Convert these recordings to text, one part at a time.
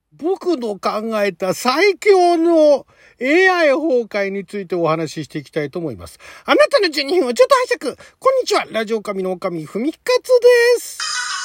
僕の考えた最強の AI 崩壊についてお話ししていきたいと思います。あなたの12分をちょっと拝借。こんにちは。ラジオ神の神、ふみかつです。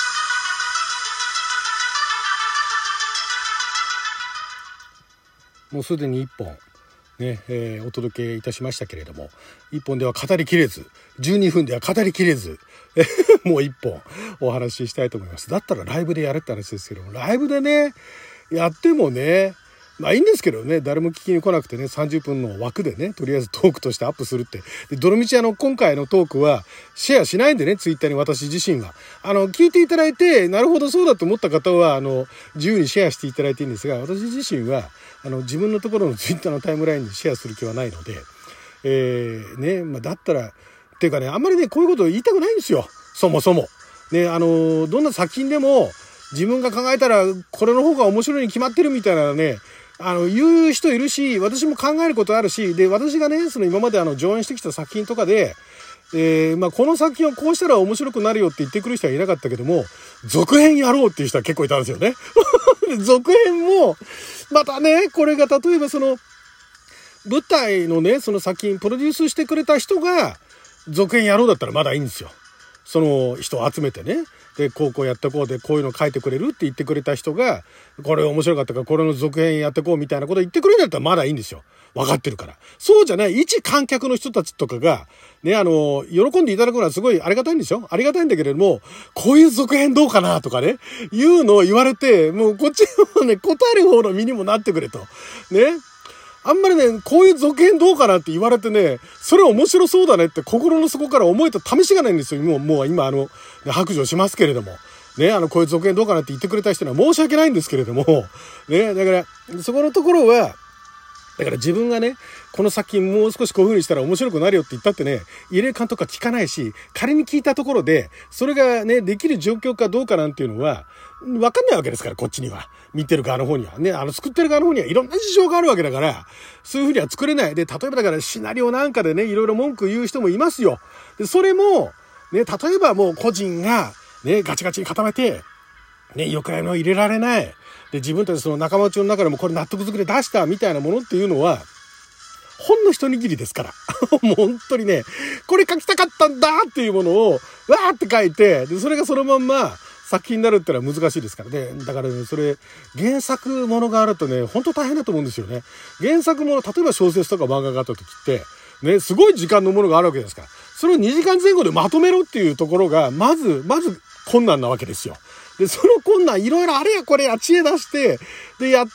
もうすでに1本ね、お届けいたしましたけれども、1本では語りきれず、12分では語りきれず、もう1本お話ししたいと思います。だったらライブでやるって話ですけども、ライブでね、やってもね、まあいいんですけどね、誰も聞きに来なくてね、30分の枠でね、とりあえずトークとしてアップするって。で、どのみち今回のトークはシェアしないんでね、ツイッターに私自身が。聞いていただいて、なるほどそうだと思った方は、自由にシェアしていただいていいんですが、私自身は、自分のところのツイッターのタイムラインにシェアする気はないので、ね、まあだったら、っていうかね、あんまりね、こういうことを言いたくないんですよ。そもそも。ね、どんな作品でも、自分が考えたら、これの方が面白いに決まってるみたいなね、言う人いるし、私も考えることあるし、で、私がね、その今まで上演してきた作品とかで、まあ、この作品をこうしたら面白くなるよって言ってくる人はいなかったけども、続編やろうっていう人は結構いたんですよね。続編も、またね、これが例えばその、舞台のね、その作品、プロデュースしてくれた人が、続編やろうだったらまだいいんですよ。その人を集めてね。で、こうやってこうで、こういうの書いてくれるって言ってくれた人が、これ面白かったから、これの続編やってこうみたいなこと言ってくれるんだったらまだいいんですよ。分かってるから。そうじゃない、一観客の人たちとかが、ね、喜んでいただくのはすごいありがたいんですよ。ありがたいんだけれども、こういう続編どうかなとかね、いうのを言われて、もうこっちもね、答える方の身にもなってくれと。ね。あんまりね、こういう続編どうかなって言われてね、それ面白そうだねって心の底から思えた試しがないんですよ。もう今白状しますけれども。ね、こういう続編どうかなって言ってくれた人には申し訳ないんですけれども、ね、だから、そこのところは、だから自分がね、この作品もう少しこういう風にしたら面白くなるよって言ったってね、入れ感とか聞かないし、仮に聞いたところで、それがね、できる状況かどうかなんていうのは、わかんないわけですから、こっちには。見てる側の方には。ね、作ってる側の方にはいろんな事情があるわけだから、そういう風には作れない。で、例えばだからシナリオなんかでね、いろいろ文句言う人もいますよ。で、それも、ね、例えばもう個人が、ね、ガチガチに固めて、ね、よく入れられない。で、自分たちその仲間内の中でもこれ納得づくで出したみたいなものっていうのは、ほんの一握りですから。もう本当にね、これ書きたかったんだっていうものを、わーって書いて、で、それがそのまんま作品になるってのは難しいですからね。だからね、それ、原作ものがあるとね、本当大変だと思うんですよね。原作もの、例えば小説とか漫画があった時って、ね、すごい時間のものがあるわけですから。それを2時間前後でまとめろっていうところが、まず困難なわけですよ。で、その困難、いろいろあれやこれや知恵出して、で、やって、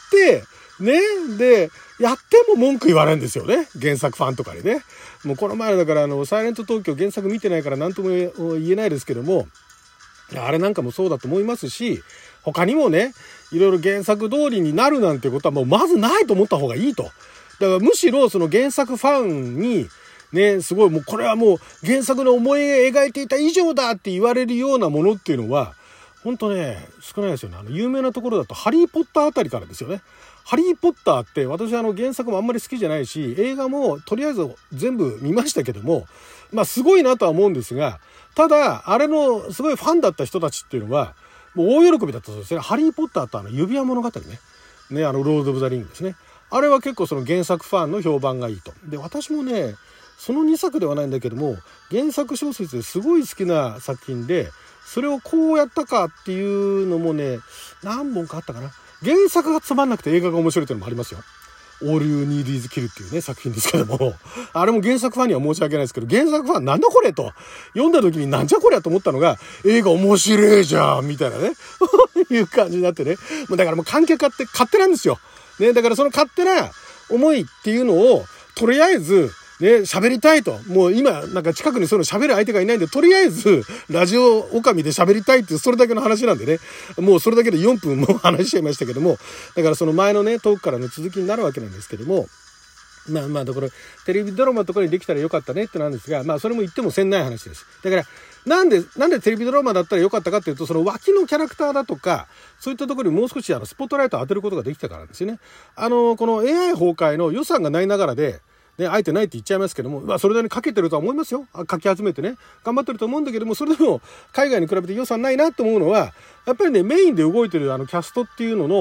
ね、で、やっても文句言われるんですよね。原作ファンとかにね。もうこの前だからサイレント東京原作見てないから何とも言えないですけども、あれなんかもそうだと思いますし、他にもね、いろいろ原作通りになるなんてことはもうまずないと思った方がいいと。だからむしろその原作ファンに、ね、すごいもうこれはもう原作の思い描いていた以上だって言われるようなものっていうのは、ほんとね、少ないですよね。有名なところだとハリーポッターあたりからですよね。ハリーポッターって私原作もあんまり好きじゃないし、映画もとりあえず全部見ましたけども、まあすごいなとは思うんですが、ただ、あれのすごいファンだった人たちっていうのは、もう大喜びだったそうですね。ハリーポッターと指輪物語ね。ね、ロード・オブ・ザ・リングですね。あれは結構その原作ファンの評判がいいと。で、私もね、その2作ではないんだけども、原作小説ですごい好きな作品で、それをこうやったかっていうのもね、何本かあったかな。原作がつまんなくて映画が面白いっていうのもありますよ。All You Need Is Kill っていうね、作品ですけども、あれも原作ファンには申し訳ないですけど、原作ファンなんだこれと、読んだ時になんじゃこりゃと思ったのが、映画面白いじゃんみたいなね、いう感じになってね。もうだからもう観客勝手なんですよ。ね、だからその勝手な思いっていうのを、とりあえず、ね、喋りたいと。もう今、なんか近くにそういうの喋る相手がいないんで、とりあえず、ラジオオカミで喋りたいっていう、それだけの話なんでね。もうそれだけで4分も話しちゃいましたけども、だからその前のね、トークからの続きになるわけなんですけども、まあだから、テレビドラマとかにできたらよかったねってなんですが、まあそれも言ってもせんない話です。だから、なんでテレビドラマだったらよかったかっていうと、その脇のキャラクターだとか、そういったところにもう少しスポットライトを当てることができたからですよね。この AI 崩壊の予算がないながらで、ね、あえてないって言っちゃいますけども、まあそれなりにかけてるとは思いますよ。かき集めてね、頑張ってると思うんだけども、それでも海外に比べて予算ないなと思うのは、やっぱりね、メインで動いてるキャストっていうのの、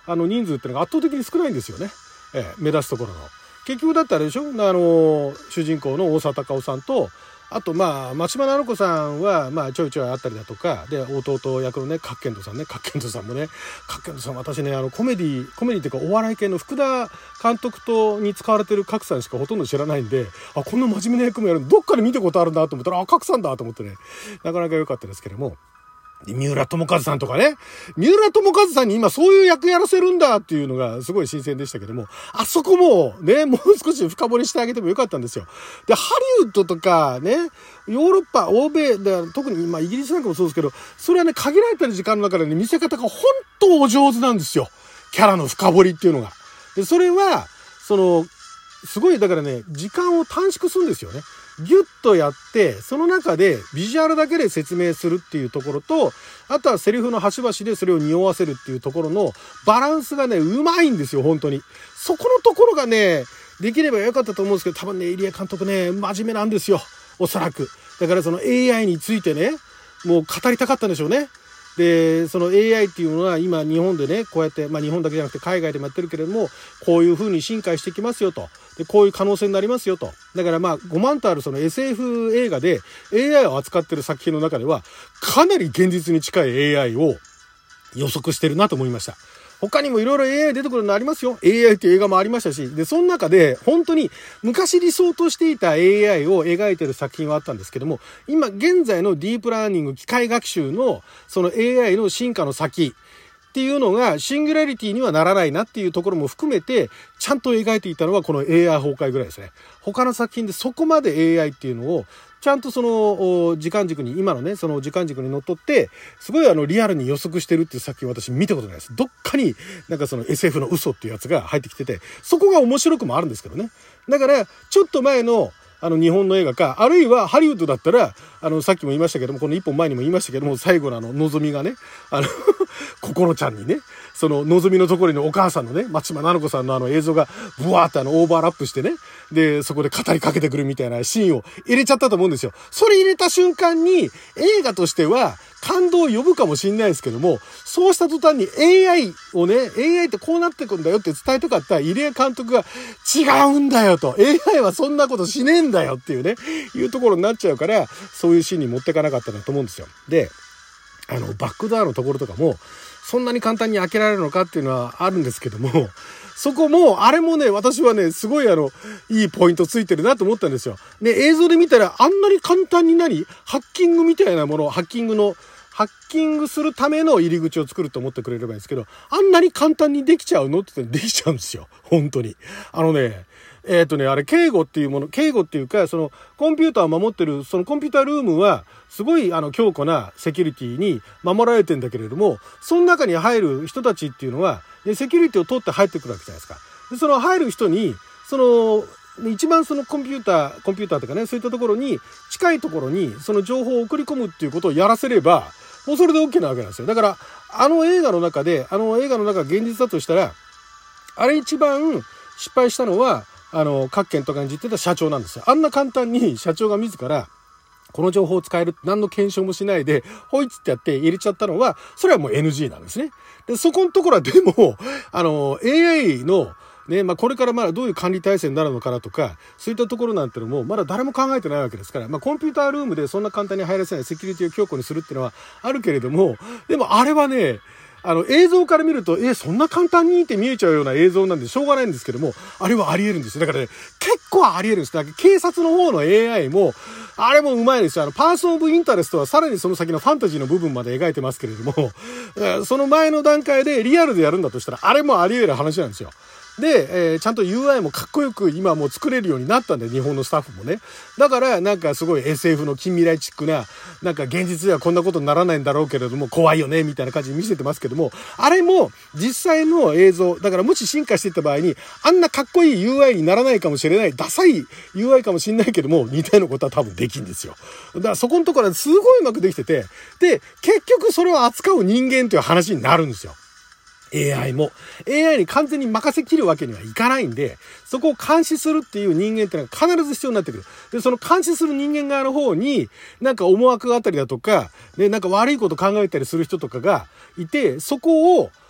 人数っていうのが圧倒的に少ないんですよね。目立つところの。結局だったらでしょ、主人公の大沢たかおさんと、あと松島菜々子さんはちょいちょいあったりだとかで、弟役のね角健人さんもね、角健人さん私ねコメディっていうかお笑い系の福田監督に使われてる角さんしかほとんど知らないんで、こんな真面目な役もやるのどっかで見たことあるなと思ったら角さんだと思ってね、なかなか良かったですけども。三浦友和さんとかね。三浦友和さんに今そういう役やらせるんだっていうのがすごい新鮮でしたけども、あそこもね、もう少し深掘りしてあげてもよかったんですよ。で、ハリウッドとかね、ヨーロッパ、欧米で、特にイギリスなんかもそうですけど、それはね、限られた時間の中でね、見せ方が本当お上手なんですよ。キャラの深掘りっていうのが。で、それは、すごい、だからね、時間を短縮するんですよね。ギュッとやって、その中でビジュアルだけで説明するっていうところと、あとはセリフの端々でそれを匂わせるっていうところのバランスがね、うまいんですよ、本当に。そこのところがね、できればよかったと思うんですけど、多分ね、入江監督ね、真面目なんですよ、おそらく。だからその AI についてね、もう語りたかったんでしょうね。で、その AI っていうのは今日本でね、こうやって、日本だけじゃなくて海外でもやってるけれども、こういう風に進化してきますよと。で、こういう可能性になりますよと。だから5万とあるその SF 映画で AI を扱ってる作品の中では、かなり現実に近い AI を予測してるなと思いました。他にもいろいろ AI 出てくるのありますよ。AI っていう映画もありましたし、で、その中で本当に昔理想としていた AI を描いてる作品はあったんですけども、今現在のディープラーニング、機械学習のその AI の進化の先っていうのがシンギュラリティにはならないなっていうところも含めて、ちゃんと描いていたのはこの AI 崩壊ぐらいですね。他の作品でそこまで AI っていうのをちゃんとその時間軸に、今のね、その時間軸にのっとって、すごいリアルに予測してるっていう作品私見たことないです。どっかになんかその SF の嘘っていうやつが入ってきてて、そこが面白くもあるんですけどね。だから、ちょっと前の日本の映画か、あるいはハリウッドだったら、さっきも言いましたけども、この一本前にも言いましたけども、最後ののぞみがね、心ちゃんにね、そののぞみのところにお母さんのね、松島菜々子さんの映像がブワーってオーバーラップしてね、で、そこで語りかけてくるみたいなシーンを入れちゃったと思うんですよ。それ入れた瞬間に、映画としては感動を呼ぶかもしれないですけども、そうした途端に AI をね、AI ってこうなってくんだよって伝えたかった入江監督が違うんだよと、AI はそんなことしねえんだよっていうね、いうところになっちゃうから、そういうシーンに持ってかなかったなと思うんですよ。で、バックドアのところとかも、そんなに簡単に開けられるのかっていうのはあるんですけども、そこも、あれもね、私はね、すごいいいポイントついてるなと思ったんですよ。ね、映像で見たら、あんなに簡単にハッキングみたいなもの、ハッキングするための入り口を作ると思ってくれればいいんですけど、あんなに簡単にできちゃうのって言ったらできちゃうんですよ。本当に。あれ、警護っていうか、その、コンピューターを守ってる、そのコンピュータールームは、すごい、強固なセキュリティに守られてんだけれども、その中に入る人たちっていうのは、で、セキュリティを通って入ってくるわけじゃないですか。で、その入る人に、一番そのコンピューターとかね、そういったところに、近いところに、その情報を送り込むっていうことをやらせれば、もうそれで OK なわけなんですよ。だから、映画の中現実だとしたら、あれ一番失敗したのは、各県とかに言ってた社長なんですよ。あんな簡単に社長が自ら、この情報を使える、何の検証もしないで、ホイッツってやって入れちゃったのは、それはもう NG なんですね。で、そこのところはでも、AI の、ね、これからどういう管理体制になるのかなとか、そういったところなんてのも、まだ誰も考えてないわけですから、コンピュータールームでそんな簡単に入らせないセキュリティを強固にするっていうのはあるけれども、でもあれはね、映像から見ると、そんな簡単にって見えちゃうような映像なんでしょうがないんですけども、あれはあり得るんですよ。だからね、結構あり得るんです。だから警察の方の AI も、あれもうまいですよ。パーソンオブインタレストはさらにその先のファンタジーの部分まで描いてますけれども、その前の段階でリアルでやるんだとしたら、あれもあり得る話なんですよ。で、ちゃんと UI もかっこよく今もう作れるようになったんで、日本のスタッフもね。だからなんかすごい SF の近未来チックな、なんか現実ではこんなことにならないんだろうけれども怖いよねみたいな感じに見せてますけども、あれも実際の映像、だからもし進化していった場合に、あんなかっこいい UI にならないかもしれない、ダサい UI かもしれないけども、似たようなことは多分できるんですよ。だからそこのところはすごいうまくできてて、で、結局それを扱う人間という話になるんですよ。AI に完全に任せきるわけにはいかないんで、そこを監視するっていう人間ってのは必ず必要になってくる。で、その監視する人間側の方に、なんか思惑があったりだとか、ね、なんか悪いこと考えたりする人とかがいて、そこを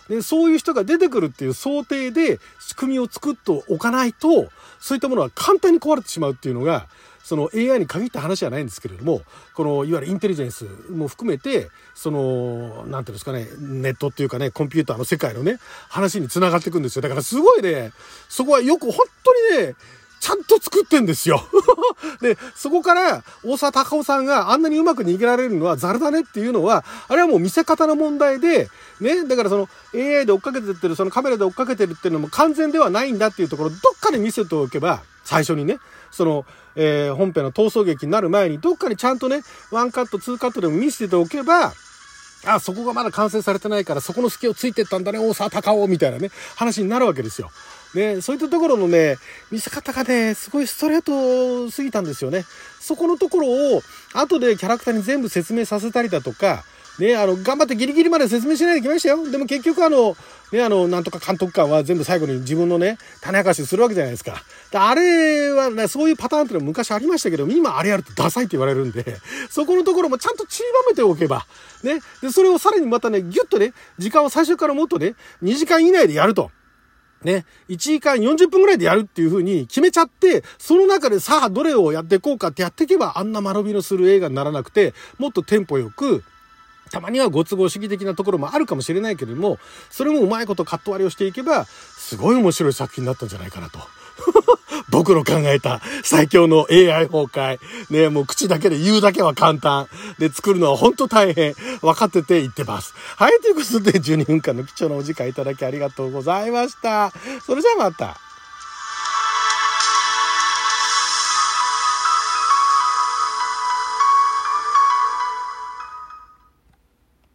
で、そういう人が出てくるっていう想定で仕組みを作っておかないと、そういったものは簡単に壊れてしまうっていうのが、その AI に限った話じゃないんですけれども、このいわゆるインテリジェンスも含めて、そのなんていうんですかね、ネットっていうかね、コンピューターの世界のね話につながっていくんですよ。だからすごいね、そこはよく本当にねちゃんと作ってんですよ。で、そこから大沢たかおさんがあんなにうまく逃げられるのはザルだねっていうのは、あれはもう見せ方の問題で、ね、だからその AI で追っかけてってる、そのカメラで追っかけてるっていうのも完全ではないんだっていうところ、どっかで見せておけば、最初にね、その、本編の逃走劇になる前にどっかにちゃんとね、1カット2カットでも見せておけば、あ、そこがまだ完成されてないからそこの隙をついてったんだね、大沢たかおみたいなね話になるわけですよ。ね、そういったところのね見せ方がねすごいストレートすぎたんですよね。そこのところを後でキャラクターに全部説明させたりだとかね、頑張ってギリギリまで説明しないできましたよ。でも結局なんとか監督官は全部最後に自分のね種明かしするわけじゃないですか。あれはね、そういうパターンっていうのは昔ありましたけど、今あれやるとダサいって言われるんで、そこのところもちゃんと散りばめておけばね、でそれをさらにまたねギュッとね時間を最初からもっとね2時間以内でやると。ね、1時間40分ぐらいでやるっていう風に決めちゃって、その中でさあどれをやっていこうかってやっていけば、あんな間延びのする映画にならなくて、もっとテンポよく、たまにはご都合主義的なところもあるかもしれないけれども、それもうまいことカット割りをしていけば、すごい面白い作品になったんじゃないかなと。僕の考えた最強の AI 崩壊。ね、もう口だけで言うだけは簡単。で、作るのは本当大変。分かってて言ってます。はい、ということで12分間の貴重なお時間いただきありがとうございました。それじゃあまた。